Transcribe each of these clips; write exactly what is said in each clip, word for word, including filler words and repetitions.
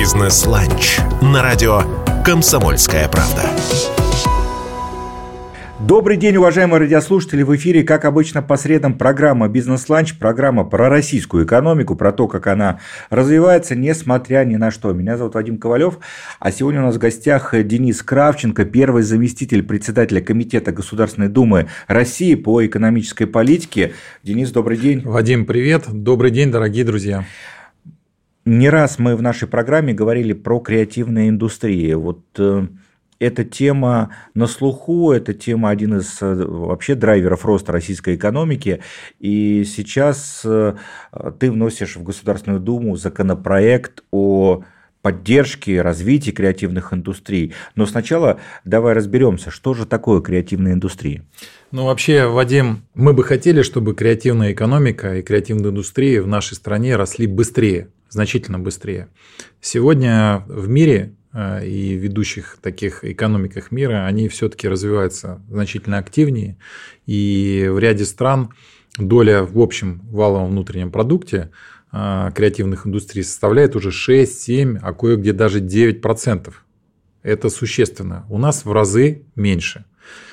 Бизнес-ланч на радио «Комсомольская правда». Добрый день, уважаемые радиослушатели. В эфире, как обычно, по средам программа «Бизнес-ланч», программа про российскую экономику, про то, как она развивается, несмотря ни на что. Меня зовут Вадим Ковалев, а сегодня у нас в гостях Денис Кравченко, первый заместитель председателя Комитета Государственной Думы России по экономической политике. Денис, добрый день. Вадим, привет. Добрый день, дорогие друзья. Не раз мы в нашей программе говорили про креативные индустрии. Вот эта тема на слуху, эта тема один из вообще драйверов роста российской экономики. И сейчас ты вносишь в Государственную Думу законопроект о поддержке, развитии креативных индустрий. Но сначала давай разберемся, что же такое креативные индустрии. Ну, вообще, Вадим, мы бы хотели, чтобы креативная экономика и креативные индустрии в нашей стране росли быстрее, значительно быстрее. Сегодня в мире и в ведущих таких экономиках мира они все-таки развиваются значительно активнее. И в ряде стран доля в общем валовом внутреннем продукте креативных индустрий составляет уже шесть, семь, а кое-где даже девять процентов. Это существенно. У нас в разы меньше.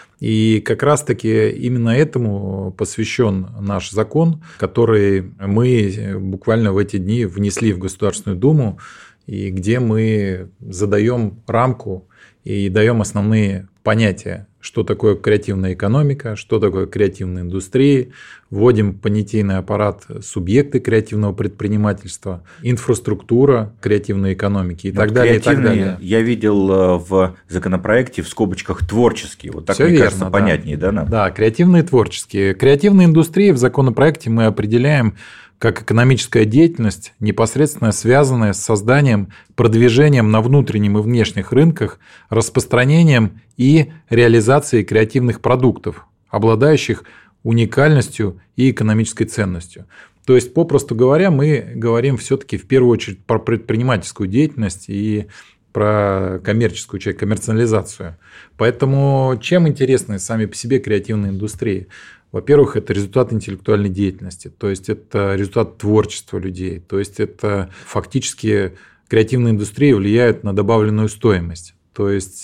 И как раз-таки именно этому посвящен наш закон, который мы буквально в эти дни внесли в Государственную Думу, и где мы задаем рамку и даем основные понятия, что такое креативная экономика, что такое креативные индустрии, вводим понятийный аппарат субъекты креативного предпринимательства, инфраструктура креативной экономики и, так далее, и так далее. Я видел в законопроекте в скобочках творческие, вот так, Все мне верно, кажется, да. понятнее, да? Нам? Да, креативные и творческие. Креативные индустрии в законопроекте мы определяем как экономическая деятельность, непосредственно связанная с созданием, продвижением на внутреннем и внешних рынках, распространением и реализацией креативных продуктов, обладающих уникальностью и экономической ценностью. То есть, попросту говоря, мы говорим все-таки в первую очередь про предпринимательскую деятельность и про коммерческую часть, коммерциализацию. Поэтому чем интересны сами по себе креативные индустрии? Во-первых, это результат интеллектуальной деятельности, то есть это результат творчества людей, то есть это фактически креативные индустрии влияют на добавленную стоимость. То есть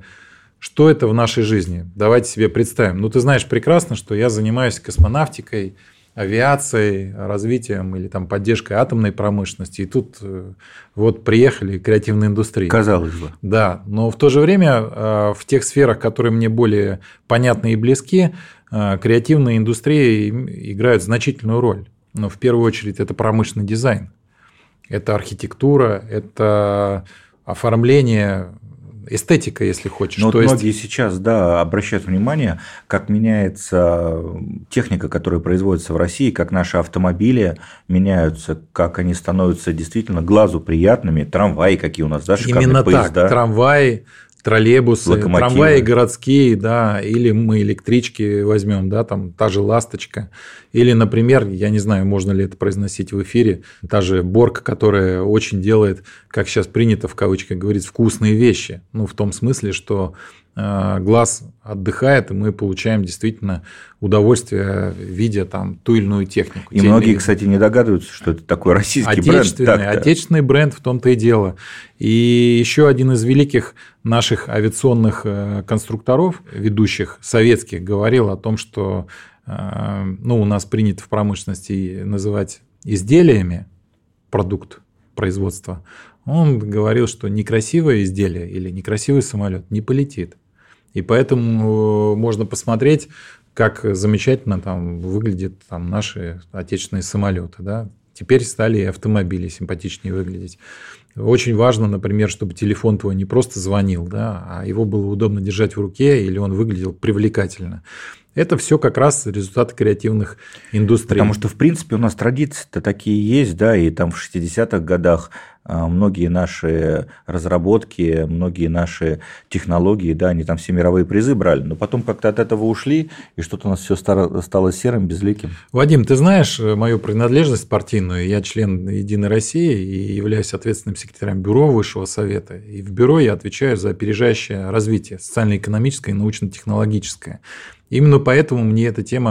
что это в нашей жизни? Давайте себе представим. Ну, ты знаешь прекрасно, что я занимаюсь космонавтикой, авиацией, развитием или там поддержкой атомной промышленности. И тут вот приехали креативные индустрии. Казалось бы. Да, но в то же время в тех сферах, которые мне более понятны и близки, креативные индустрии играют значительную роль. Но в первую очередь это промышленный дизайн, это архитектура, это оформление, эстетика, если хочешь. Но То вот есть... многие сейчас, да, обращают внимание, как меняется техника, которая производится в России, как наши автомобили меняются, как они становятся действительно глазу приятными, трамваи какие у нас, да, шикарные Именно поезда. так, трамваи, троллейбусы, Локомотивы. Трамваи городские, да, или мы электрички возьмем, да, там та же «Ласточка», или, например, я не знаю, можно ли это произносить в эфире, та же «Борг», которая очень делает, как сейчас принято в кавычках говорить, вкусные вещи, ну, в том смысле, что э, глаз отдыхает, и мы получаем действительно удовольствие, видя там ту или иную технику. И многие, кстати, не догадываются, что это такой российский отечественный, бренд. Так-то. Отечественный бренд, в том-то и дело. И еще один из великих наших авиационных конструкторов, ведущих советских, говорил о том, что ну, у нас принято в промышленности называть изделиями продукт производства. Он говорил, что некрасивое изделие или некрасивый самолет не полетит. И поэтому можно посмотреть, как замечательно там выглядят там наши отечественные самолеты. Да? Теперь стали и автомобили симпатичнее выглядеть. Очень важно, например, чтобы телефон твой не просто звонил, да, а его было удобно держать в руке, или он выглядел привлекательно. Это все как раз результат креативных индустрий. Потому что, в принципе, у нас традиции-то такие есть, да, и там в шестидесятых годах многие наши разработки, многие наши технологии, да, они там все мировые призы брали, но потом как-то от этого ушли, и что-то у нас все стало серым, безликим. Вадим, ты знаешь мою принадлежность партийную, я член «Единой России» и являюсь ответственным секретарем бюро Высшего Совета, и в бюро я отвечаю за опережающее развитие социально-экономическое и научно-технологическое. Именно поэтому мне эта тема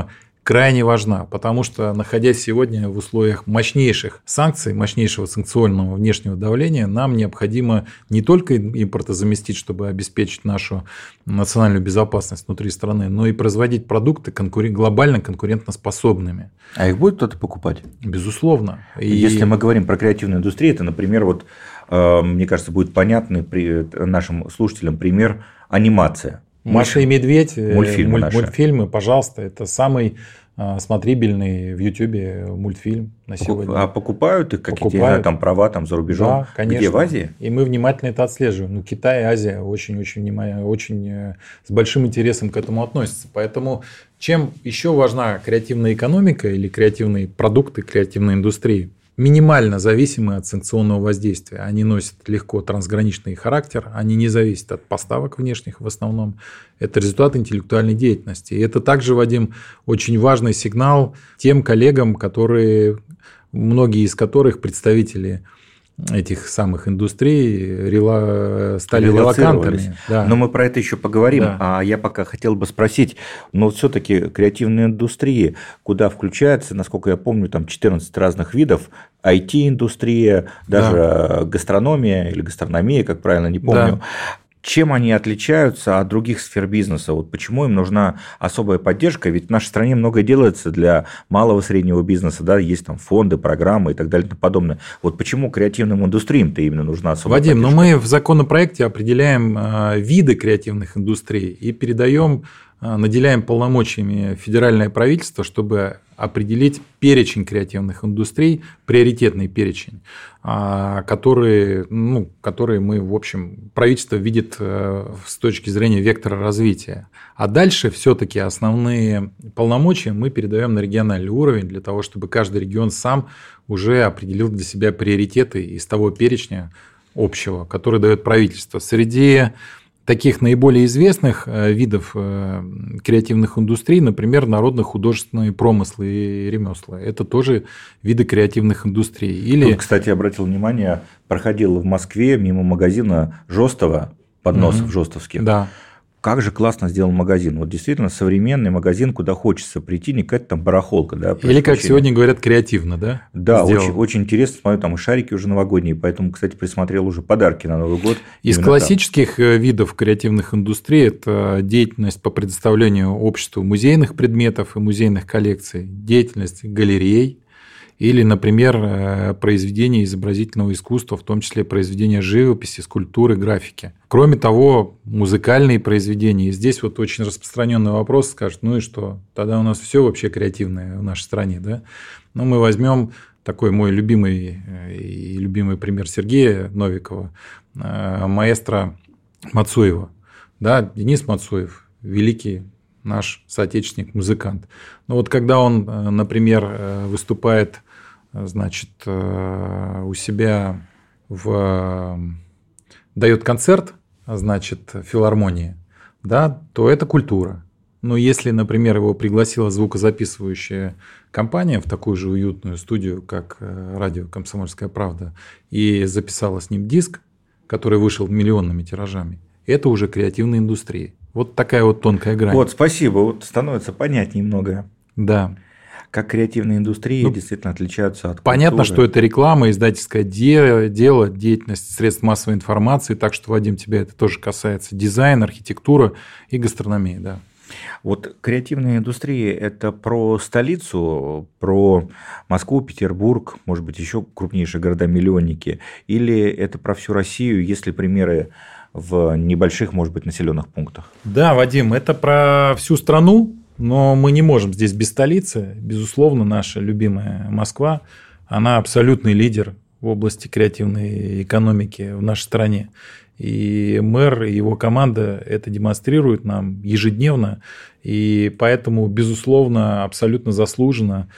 крайне важна, потому что, находясь сегодня в условиях мощнейших санкций, мощнейшего санкционного внешнего давления, нам необходимо не только импортозаместить, чтобы обеспечить нашу национальную безопасность внутри страны, но и производить продукты конкурен... глобально конкурентоспособными. А их будет кто-то покупать? Безусловно. И... Если мы говорим про креативную индустрию, это, например, вот, э, мне кажется, будет понятный при... нашим слушателям пример анимация. Маша и Медведь, мультфильмы, муль, мультфильмы, пожалуйста, это самый а, смотрибельный в Ютубе мультфильм на сегодня. А покупают их какие-то там права там за рубежом? Да, конечно. Где, в Азии? И мы внимательно это отслеживаем. Ну, Китай и Азия очень-очень внимательно, очень с большим интересом к этому относятся. Поэтому чем еще важна креативная экономика или креативные продукты, креативной индустрии? Минимально зависимы от санкционного воздействия. Они носят легко трансграничный характер, они не зависят от поставок внешних в основном. Это результат интеллектуальной деятельности. И это также, Вадим, очень важный сигнал тем коллегам, которые, многие из которых представители этих самых индустрий рела... стали релокантами. Да. Но мы про это еще поговорим. Да. А я пока хотел бы спросить, но все-таки креативные индустрии, куда включается, насколько я помню, там четырнадцать разных видов, ай ти-индустрия, даже да. гастрономия или гастрономия, как правильно, не помню. Да. Чем они отличаются от других сфер бизнеса? Вот почему им нужна особая поддержка? Ведь в нашей стране многое делается для малого и среднего бизнеса, да, есть там фонды, программы и так далее и тому подобное. Вот почему креативным индустриям-то именно нужна особая Вадим, поддержка? Вадим, но мы в законопроекте определяем виды креативных индустрий и передаем, наделяем полномочиями федеральное правительство, чтобы определить перечень креативных индустрий, приоритетный перечень, которые, ну, которые мы, в общем, правительство видит с точки зрения вектора развития. А дальше все-таки основные полномочия мы передаем на региональный уровень для того, чтобы каждый регион сам уже определил для себя приоритеты из того перечня общего, который дает правительство. Среди таких наиболее известных видов креативных индустрий, например, народно-художественные промыслы и ремесла. Это тоже виды креативных индустрий. Или... Тут, кстати, обратил внимание, проходил в Москве мимо магазина Жостова, подносов угу. жостовских. Да. Как же классно сделан магазин. Вот действительно современный магазин, куда хочется прийти, не какая-то там барахолка. Да, или, как сегодня говорят, креативно, да? Да, очень, очень интересно. Смотрю, там и шарики уже новогодние, поэтому, кстати, присмотрел уже подарки на Новый год. Из классических там. видов креативных индустрий это деятельность по предоставлению обществу музейных предметов и музейных коллекций, деятельность галерей, или, например, произведения изобразительного искусства, в том числе произведения живописи, скульптуры, графики. Кроме того, музыкальные произведения. И здесь вот очень распространенный вопрос, скажут, ну и что, тогда у нас все вообще креативное в нашей стране. Да? Но мы возьмем такой мой любимый и любимый пример Сергея Новикова, маэстро Мацуева. Да, Денис Мацуев, великий наш соотечественник, музыкант. Но вот когда он, например, выступает, значит, у себя в... дает концерт, значит, в филармонии, да, то это культура. Но если, например, его пригласила звукозаписывающая компания в такую же уютную студию, как радио «Комсомольская правда», и записала с ним диск, который вышел миллионными тиражами, это уже креативная индустрия. Вот такая вот тонкая грань. Вот, спасибо. Вот становится понятнее немного. Да. Как креативные индустрии ну, действительно отличаются от понятно, культуры. Что это реклама, издательское дело, деятельность средств массовой информации. Так что, Вадим, тебя это тоже касается. Дизайн, архитектура и гастрономия, да. Вот креативные индустрии – это про столицу, про Москву, Петербург, может быть, еще крупнейшие города-миллионники, или это про всю Россию, есть ли примеры в небольших, может быть, населенных пунктах? Да, Вадим, это про всю страну, но мы не можем здесь без столицы. Безусловно, наша любимая Москва, она абсолютный лидер в области креативной экономики в нашей стране. И мэр и его команда это демонстрируют нам ежедневно. И поэтому, безусловно, абсолютно заслуженно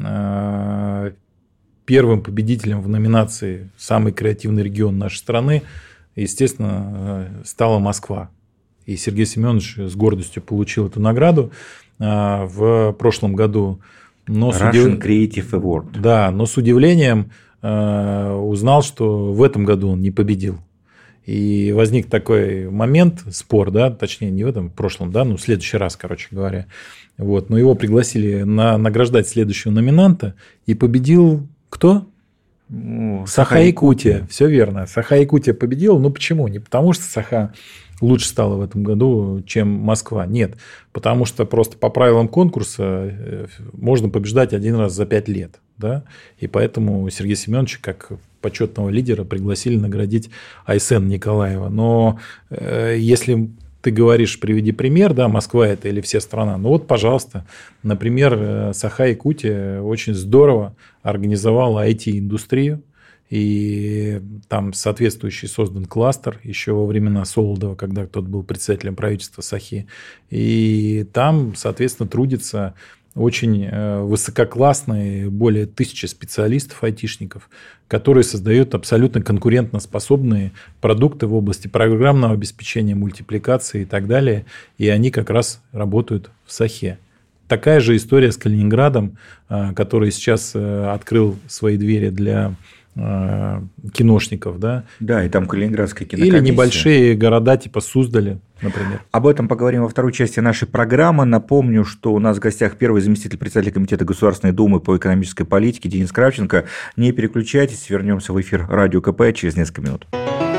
первым победителем в номинации «Самый креативный регион нашей страны», естественно, стала Москва. И Сергей Семенович с гордостью получил эту награду в прошлом году. Но Russian удив... Creative Award. Да, но с удивлением узнал, что в этом году он не победил. И возник такой момент, спор, да, точнее, не в этом, в прошлом, да, ну, в следующий раз, короче говоря. Вот, но его пригласили на, награждать следующего номинанта, и победил кто? Ну, Саха-Якутия. Все верно. Саха-Якутия победила. Ну, почему? Не потому, что Саха лучше стала в этом году, чем Москва. Нет. Потому что просто по правилам конкурса можно побеждать один раз за пять лет. Да? И поэтому Сергея Семеновича, как почетного лидера, пригласили наградить Айсен Николаева. Но э, если ты говоришь, приведи пример, да, Москва это или вся страна, ну вот, пожалуйста, например, Саха-Якутия очень здорово организовала ай ти-индустрию, и там соответствующий создан кластер еще во времена Солодова, когда тот был председателем правительства Сахи, и там, соответственно, трудится очень высококлассные, более тысячи специалистов, айтишников, которые создают абсолютно конкурентоспособные продукты в области программного обеспечения, мультипликации и так далее. И они как раз работают в Сахе. Такая же история с Калининградом, который сейчас открыл свои двери для киношников. Да, да, и там Калининградская кинокомиссия. Или небольшие города типа Суздаля, например. Об этом поговорим во второй части нашей программы. Напомню, что у нас в гостях первый заместитель председателя Комитета Государственной Думы по экономической политике Денис Кравченко. Не переключайтесь, вернемся в эфир Радио КП через несколько минут.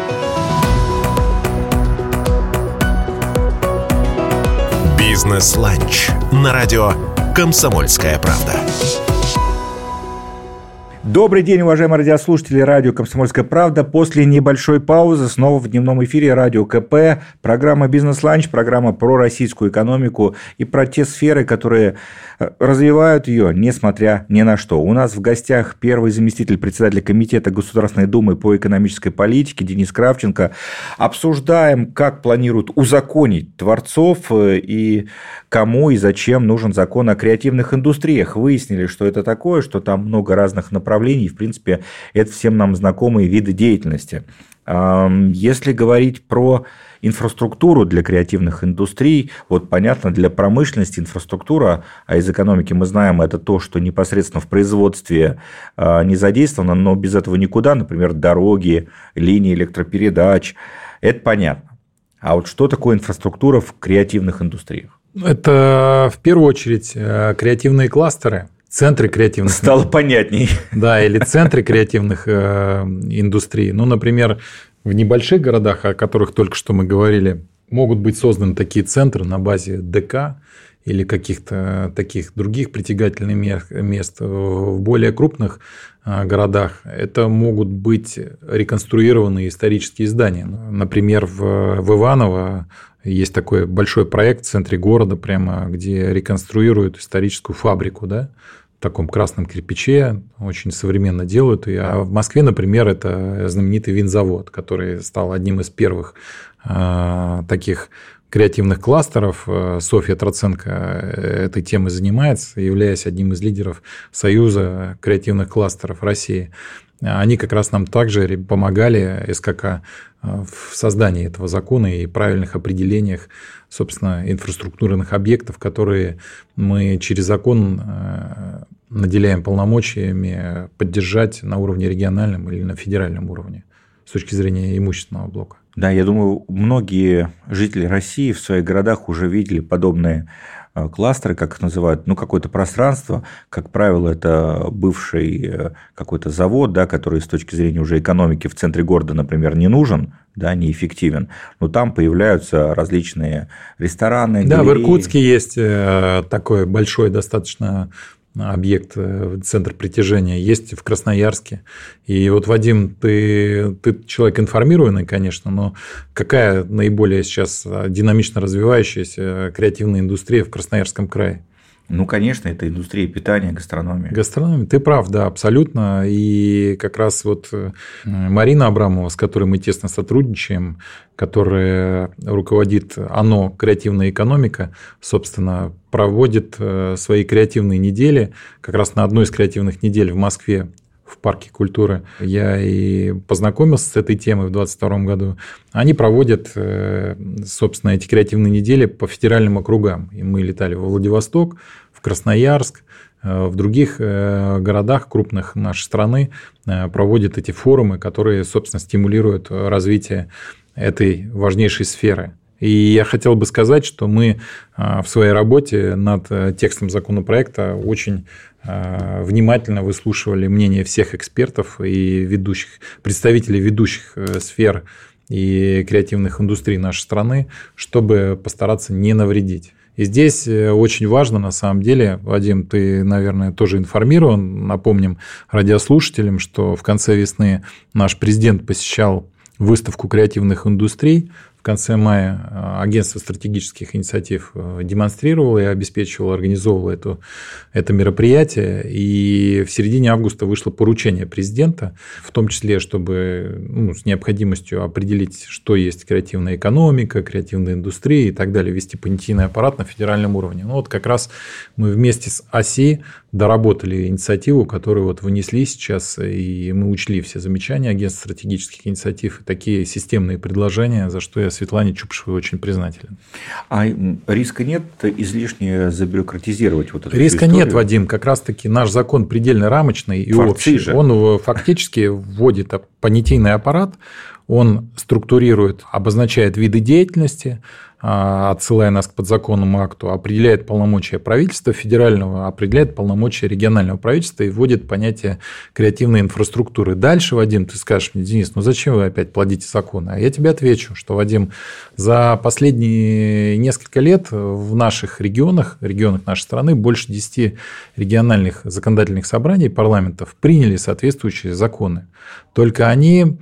Бизнес-ланч на радио «Комсомольская правда». Добрый день, уважаемые радиослушатели радио «Комсомольская правда». После небольшой паузы снова в дневном эфире радио КП. Программа «Бизнес-ланч», программа про российскую экономику и про те сферы, которые развивают ее, несмотря ни на что. У нас в гостях первый заместитель председателя Комитета Государственной Думы по экономической политике Денис Кравченко. Обсуждаем, как планируют узаконить творцов и кому и зачем нужен закон о креативных индустриях. Выяснили, что это такое, что там много разных направлений. В принципе, это всем нам знакомые виды деятельности. Если говорить про инфраструктуру для креативных индустрий, вот понятно, для промышленности инфраструктура, а из экономики мы знаем, это то, что непосредственно в производстве не задействовано, но без этого никуда, например, дороги, линии электропередач, это понятно. А вот что такое инфраструктура в креативных индустриях? Это в первую очередь креативные кластеры. Центры креативных... Стало понятней. Да, или центры креативных э, индустрий. Ну, например, в небольших городах, о которых только что мы говорили, могут быть созданы такие центры на базе ДК или каких-то таких других притягательных мест. В более крупных городах это могут быть реконструированные исторические здания. Например, в, в Иваново есть такой большой проект в центре города, прямо, где реконструируют историческую фабрику, да, в таком красном кирпиче, очень современно делают. А в Москве, например, это знаменитый винзавод, который стал одним из первых э, таких креативных кластеров. Софья Троценко этой темой занимается, являясь одним из лидеров Союза креативных кластеров России. Они как раз нам также помогали, СКК, в создании этого закона и правильных определениях, собственно, инфраструктурных объектов, которые мы через закон наделяем полномочиями поддержать на уровне региональном или на федеральном уровне с точки зрения имущественного блока. Да, я думаю, многие жители России в своих городах уже видели подобные кластеры, как их называют, ну, какое-то пространство, как правило, это бывший какой-то завод, да, который с точки зрения уже экономики в центре города, например, не нужен, да, неэффективен, но там появляются различные рестораны, галереи. Да, в Иркутске есть такой большой достаточно объект, центр притяжения, есть в Красноярске. И вот, Вадим, ты, ты человек информированный, конечно, но какая наиболее сейчас динамично развивающаяся креативная индустрия в Красноярском крае? Ну, конечно, это индустрия питания, гастрономия. Гастрономия, ты прав, да, абсолютно. И как раз вот Марина Абрамова, с которой мы тесно сотрудничаем, которая руководит ОНО «Креативная экономика», собственно, проводит свои креативные недели. Как раз на одной из креативных недель в Москве в Парке культуры я и познакомился с этой темой в двадцать втором году. Они проводят, собственно, эти креативные недели по федеральным округам. И мы летали во Владивосток, в Красноярск, в других городах крупных нашей страны проводят эти форумы, которые, собственно, стимулируют развитие этой важнейшей сферы. И я хотел бы сказать, что мы в своей работе над текстом законопроекта очень внимательно выслушивали мнение всех экспертов и ведущих, представителей ведущих сфер и креативных индустрий нашей страны, чтобы постараться не навредить. И здесь очень важно, на самом деле, Вадим, ты, наверное, тоже информирован, напомним радиослушателям, что в конце весны наш президент посещал выставку креативных индустрий. В конце мая агентство стратегических инициатив демонстрировало и обеспечивало, организовывало это, это мероприятие. И в середине августа вышло поручение президента, в том числе, чтобы ну, с необходимостью определить, что есть креативная экономика, креативная индустрия и так далее, вести понятийный аппарат на федеральном уровне. Ну, вот как раз мы вместе с ОСИ доработали инициативу, которую вот внесли сейчас, и мы учли все замечания агентства стратегических инициатив и такие системные предложения, за что я Светлане Чупшевой очень признателен. А риска нет излишне забюрократизировать вот эту Риска историю? нет, Вадим. Как раз-таки наш закон предельно рамочный и Творцы общий. же. Он фактически вводит понятийный аппарат, он структурирует, обозначает виды деятельности, отсылая нас к подзаконному акту, определяет полномочия правительства федерального, определяет полномочия регионального правительства и вводит понятие креативной инфраструктуры. Дальше, Вадим, ты скажешь мне: Денис, ну зачем вы опять плодите законы? А я тебе отвечу, что, Вадим, за последние несколько лет в наших регионах, регионах нашей страны, больше десяти региональных законодательных собраний парламентов приняли соответствующие законы. Только они,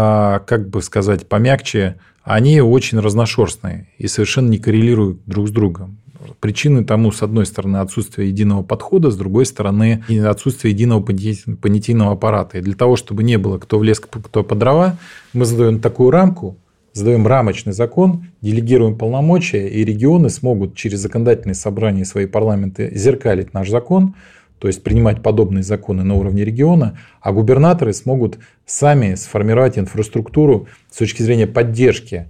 как бы сказать помягче, они очень разношерстные и совершенно не коррелируют друг с другом. Причины тому, с одной стороны, отсутствие единого подхода, с другой стороны, отсутствие единого понятийного аппарата. И для того, чтобы не было кто в лес, кто по дрова, мы задаем такую рамку, задаем рамочный закон, делегируем полномочия, и регионы смогут через законодательные собрания свои парламенты зеркалить наш закон, то есть принимать подобные законы на уровне региона, а губернаторы смогут сами сформировать инфраструктуру с точки зрения поддержки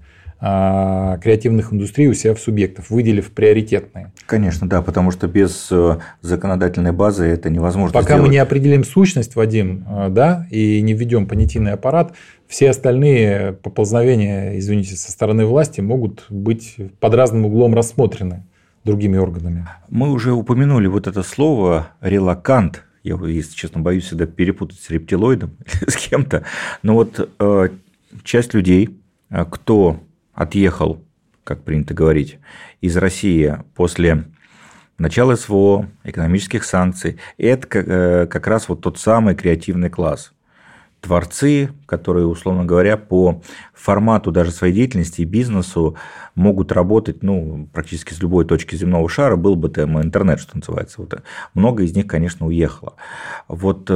креативных индустрий у себя в субъектах, выделив приоритетные. Конечно, да, потому что без законодательной базы это невозможно Пока сделать. мы не определим сущность, Вадим, да, и не введем понятийный аппарат, все остальные поползновения, извините, со стороны власти могут быть под разным углом рассмотрены другими органами. Мы уже упомянули вот это слово «релокант». Я, если честно, боюсь всегда перепутать с рептилоидом или с кем-то. Но вот э, часть людей, кто отъехал, как принято говорить, из России после начала СВО, экономических санкций, это как, э, как раз вот тот самый креативный класс. Творцы, которые, условно говоря, по формату даже своей деятельности и бизнесу могут работать ну, практически с любой точки земного шара, был бы там интернет, что называется. Вот, много из них, конечно, уехало. Вот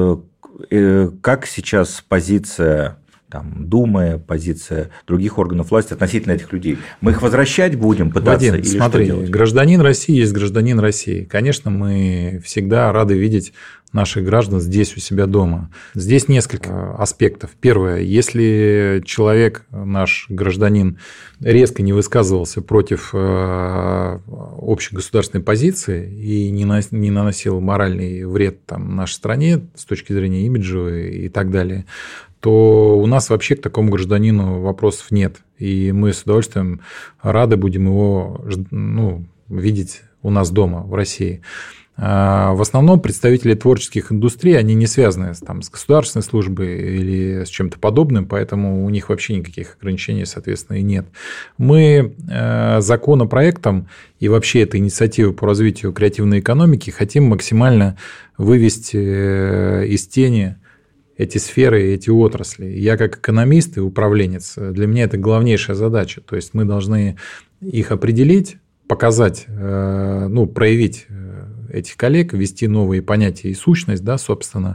э, как сейчас позиция там, Думы, позиция других органов власти относительно этих людей? Мы их возвращать будем, пытаться? Вадим, или смотри, что делать? Гражданин России есть гражданин России. Конечно, мы всегда рады видеть наших граждан здесь у себя дома. Здесь несколько аспектов. Первое, если человек, наш гражданин, резко не высказывался против общегосударственной позиции и не наносил моральный вред там, нашей стране с точки зрения имиджа и так далее, то у нас вообще к такому гражданину вопросов нет. И мы с удовольствием рады будем его ну, видеть у нас дома, в России. В основном представители творческих индустрий, они не связаны там, с государственной службой или с чем-то подобным, поэтому у них вообще никаких ограничений, соответственно, и нет. Мы законопроектом и вообще этой инициативой по развитию креативной экономики хотим максимально вывести из тени эти сферы, эти отрасли. Я как экономист и управленец, для меня это главнейшая задача. То есть мы должны их определить, показать, ну, проявить этих коллег, ввести новые понятия и сущность, да, собственно,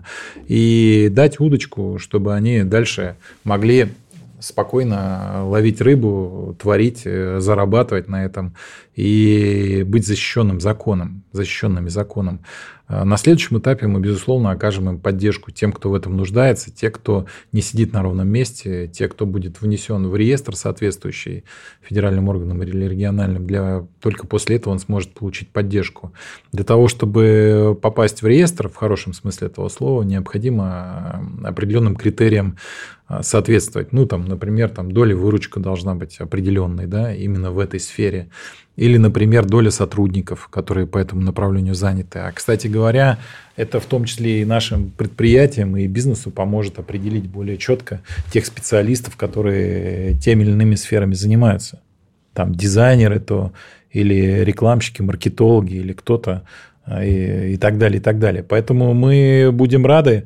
и дать удочку, чтобы они дальше могли спокойно ловить рыбу, творить, зарабатывать на этом и быть защищенным законом, защищенными законом. На следующем этапе мы, безусловно, окажем им поддержку тем, кто в этом нуждается, те, кто не сидит на ровном месте, те, кто будет внесен в реестр соответствующий федеральным органам или региональным. Для... Только после этого он сможет получить поддержку. Для того, чтобы попасть в реестр, в хорошем смысле этого слова, необходимо определенным критериям соответствовать. Ну, там, например, там, доля выручка должна быть определенной, да, именно в этой сфере. Или, например, доля сотрудников, которые по этому направлению заняты. А, кстати говоря, это в том числе и нашим предприятиям и бизнесу поможет определить более четко тех специалистов, которые теми или иными сферами занимаются. Там дизайнеры то, или рекламщики, маркетологи, или кто-то, и, и так далее, и так далее. Поэтому мы будем рады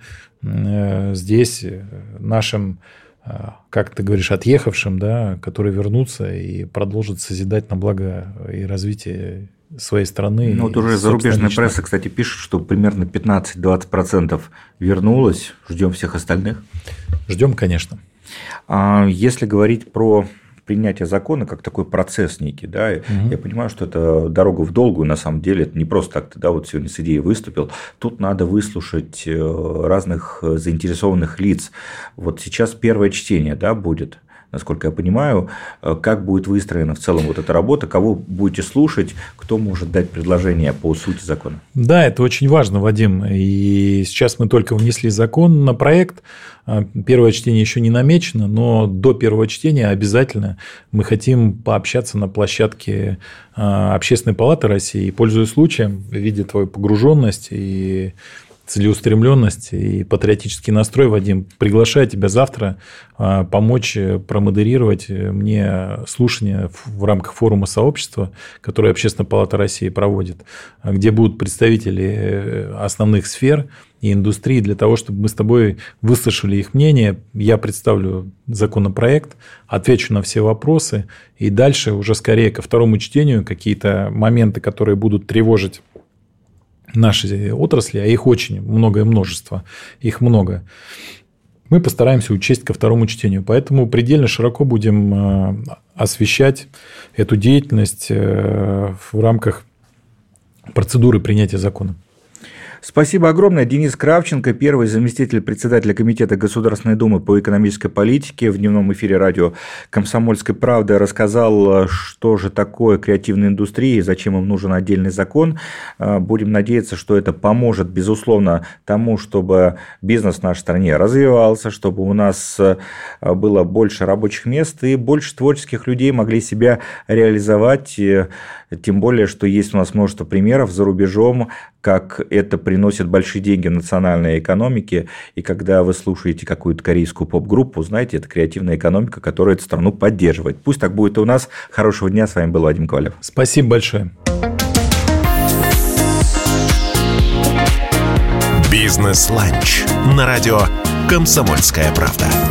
здесь нашим, как ты говоришь, отъехавшим, да, которые вернутся и продолжат созидать на благо и развитие своей страны. Ну, вот уже зарубежная лично. Пресса, кстати, пишет, что примерно пятнадцать-двадцать процентов вернулось. Ждем всех остальных. Ждем, конечно. А если говорить про принятие закона как такой процесс некий, да, угу. Я понимаю, что это дорога в долгую, на самом деле, это не просто так, ты, да, вот сегодня с идеей выступил, тут надо выслушать разных заинтересованных лиц. Вот сейчас первое чтение, да, будет. Насколько я понимаю, как будет выстроена в целом вот эта работа, кого будете слушать, кто может дать предложение по сути закона? Да, это очень важно, Вадим. И сейчас мы только внесли закон на проект. Первое чтение еще не намечено, но до первого чтения обязательно мы хотим пообщаться на площадке Общественной палаты России. И, пользуясь случаем, видя твою погруженность и целеустремленность и патриотический настрой, Вадим, приглашаю тебя завтра помочь промодерировать мне слушание в рамках форума сообщества, которое Общественная палата России проводит, где будут представители основных сфер и индустрии для того, чтобы мы с тобой выслушали их мнение. Я представлю законопроект, отвечу на все вопросы, и дальше уже скорее ко второму чтению какие-то моменты, которые будут тревожить наши отрасли, а их очень много и множество, их много, мы постараемся учесть ко второму чтению. Поэтому предельно широко будем освещать эту деятельность в рамках процедуры принятия закона. Спасибо огромное. Денис Кравченко, первый заместитель председателя Комитета Государственной Думы по экономической политике, в дневном эфире радио «Комсомольской правды» рассказал, что же такое креативная индустрия и зачем им нужен отдельный закон. Будем надеяться, что это поможет, безусловно, тому, чтобы бизнес в нашей стране развивался, чтобы у нас было больше рабочих мест и больше творческих людей могли себя реализовать. Тем более, что есть у нас множество примеров за рубежом, как это приносит большие деньги в национальной экономике. И когда вы слушаете какую-то корейскую поп-группу, знаете, это креативная экономика, которая эту страну поддерживает. Пусть так будет и у нас. Хорошего дня. С вами был Вадим Ковалев. Спасибо большое. Бизнес-ланч на радио «Комсомольская правда».